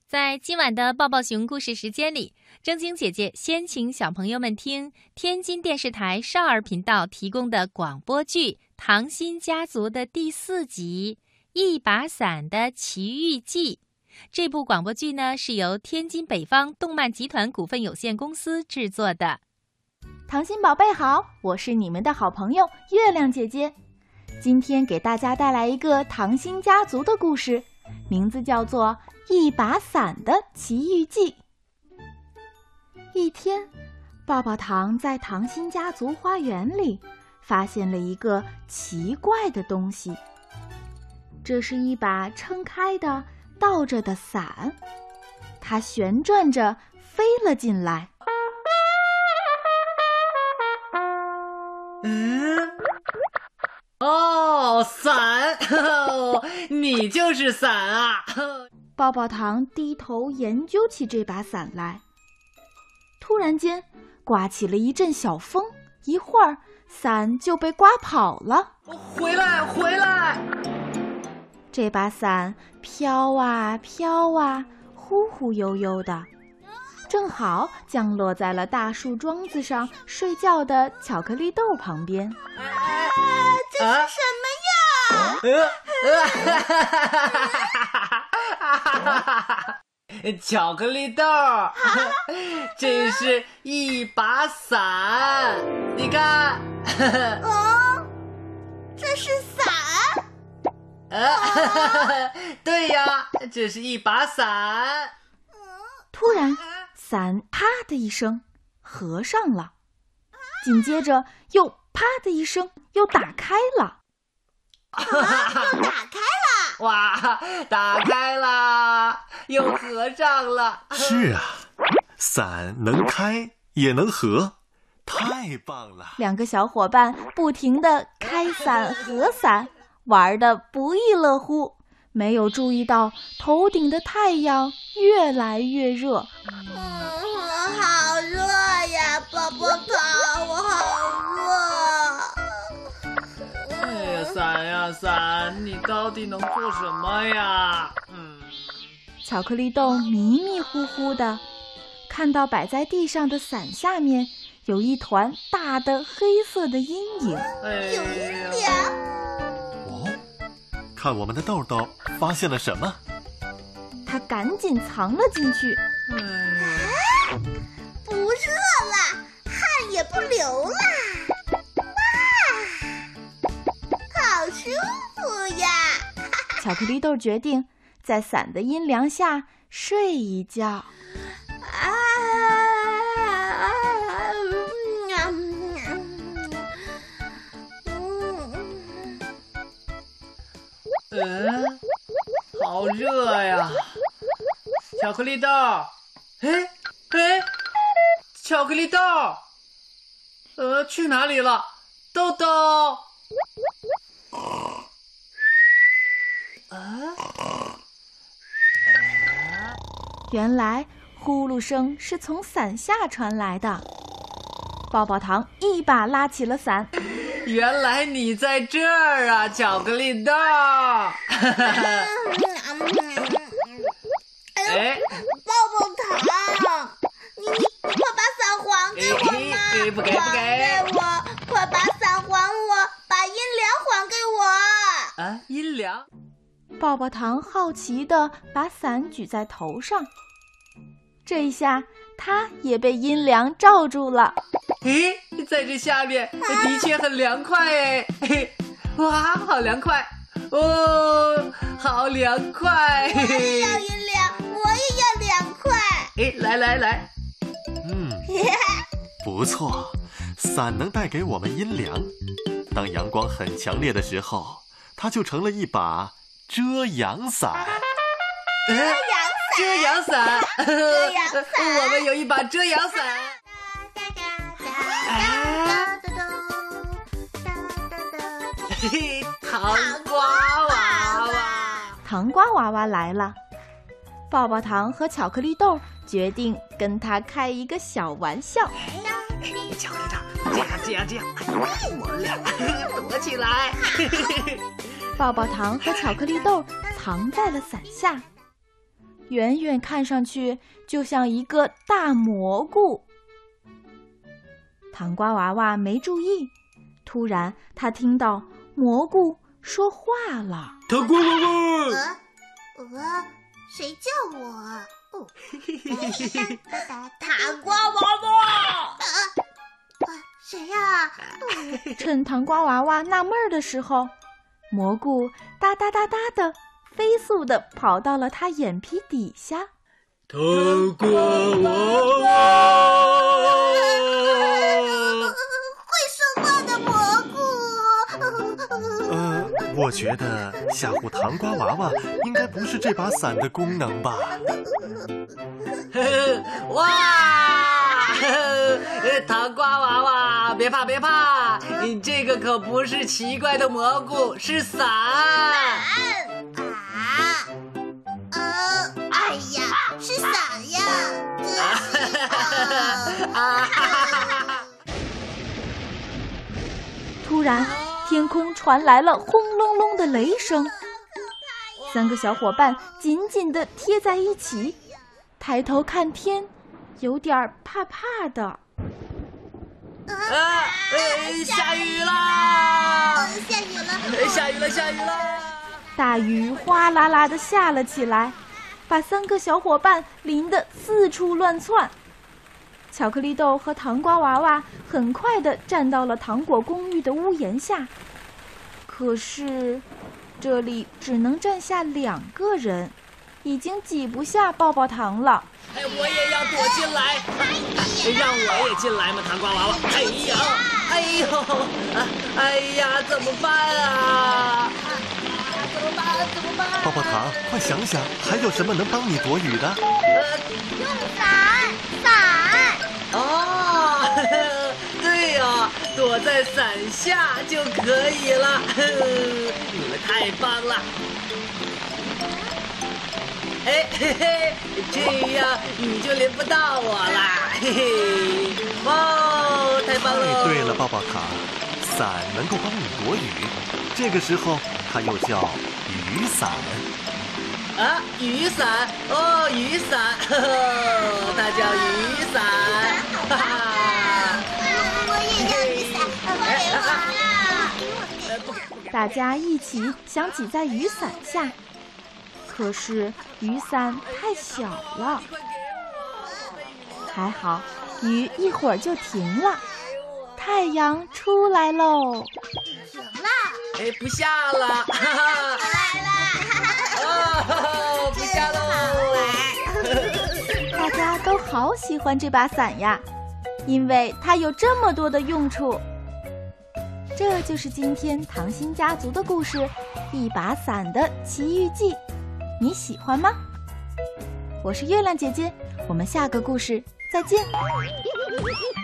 在今晚的抱抱熊故事时间里，正晶姐姐先请小朋友们听天津电视台少儿频道提供的广播剧《糖心家族》的第4集《一把伞的奇遇记》。这部广播剧呢，是由天津北方动漫集团股份有限公司制作的。 糖心宝贝好，我是你们的好朋友月亮姐姐。今天给大家带来一个糖心家族的故事，名字叫做《一把伞的奇遇记》。一天，抱抱糖在糖心家族花园里发现了一个奇怪的东西。这是一把撑开的倒着的伞，它旋转着飞了进来。 哦，伞，你就是伞啊！ 抱抱糖低头研究起这把伞来。突然间，刮起了一阵小风，一会儿伞就被刮跑了。 回来，回来！ 这把伞飘啊飘啊，忽忽悠悠的，正好降落在了大树桩子上睡觉的巧克力豆旁边。 这是什么呀？巧克力豆，这是一把伞，你看。 哦，这是伞？ 对呀，这是一把伞。 突然，伞啪的一声合上了，紧接着又啪的一声又打开了。 又打开了！ 哇，打开了，又合上了。 是啊，伞能开也能合，太棒了！ 两个小伙伴不停地开伞合伞，玩得不亦乐乎，没有注意到头顶的太阳越来越热。 好热呀，抱抱糖，我好热。 哎呀，伞呀伞，你到底能做什么呀？ 巧克力豆迷迷糊糊的，看到摆在地上的伞下面有一团大的黑色的阴影。 有阴凉。 哦，看我们的豆豆发现了什么？ 他赶紧藏了进去。 不热了，汗也不流了。好舒服呀！ 巧克力豆决定在伞的阴凉下睡一觉。 好热呀！巧克力豆，巧克力豆，去哪里了？豆豆。 原来呼噜声是从伞下传来的。抱抱糖一把拉起了伞。 原来你在这儿啊，巧克力豆。 抱抱糖，你快把伞还给我嘛！ 不给！ 还给我！快把伞还我，把阴凉还给我！ 阴凉？ 抱抱糖好奇地把伞举在头上，这一下他也被阴凉罩住了。 在这下面的确很凉快哎！哇，好凉快哦，好凉快！ 我也要阴凉，我也要凉快！ 来！ 不错，伞能带给我们阴凉。当阳光很强烈的时候，它就成了一把遮阳伞。 遮阳伞！我们有一把遮阳伞。糖瓜娃娃， 糖瓜娃娃来了。抱抱糖和巧克力豆决定跟他开一个小玩笑。 巧克力豆，这样，我俩躲起来。 抱抱糖和巧克力豆藏在了伞下。 远远看上去就像一个大蘑菇。糖瓜娃娃没注意，突然他听到蘑菇说话了：“ 糖瓜娃娃， 谁叫我？糖瓜娃娃，谁呀？” 趁糖瓜娃娃纳闷的时候，蘑菇哒哒哒哒的飞速地跑到了他眼皮底下。 糖瓜娃娃， 会说话的蘑菇。 我觉得吓唬糖瓜娃娃应该不是这把伞的功能吧？ 哇！糖瓜娃娃，别怕别怕，这个可不是奇怪的蘑菇，是伞。 哎呀，是伞呀！ 突然，天空传来了轰隆隆的雷声，三个小伙伴紧紧地贴在一起，抬头看天，有点怕怕的。 下雨啦！ 下雨了！ 下雨了！下雨了！ 大雨哗啦啦地下了起来，把三个小伙伴淋得四处乱窜。巧克力豆和糖瓜娃娃很快地站到了糖果公寓的屋檐下，可是这里只能站下2个人，已经挤不下抱抱糖了。 我也要躲进来，让我也进来嘛，糖瓜娃娃！哎呀，怎么办啊？怎么办？ 抱抱糖，快想想，还有什么能帮你躲雨的？ 用伞。 哦，对呀，躲在伞下就可以了。你们太棒了！嘿嘿，这样雨就淋不到我啦！嘿嘿，哇，太棒了！ 对了，抱抱糖，伞能够帮你躲雨，这个时候它又叫雨伞。 雨伞哦，雨伞，它叫雨伞。 我也要雨伞，给我。 大家一起想挤在雨伞下，可是雨伞太小了。还好，雨一会儿就停了，太阳出来喽。 行了， 不下了， 来了。 不下喽！ 大家都好喜欢这把伞呀，因为它有这么多的用处。这就是今天糖心家族的故事《一把伞的奇遇记》，你喜欢吗？我是月亮姐姐，我们下个故事再见。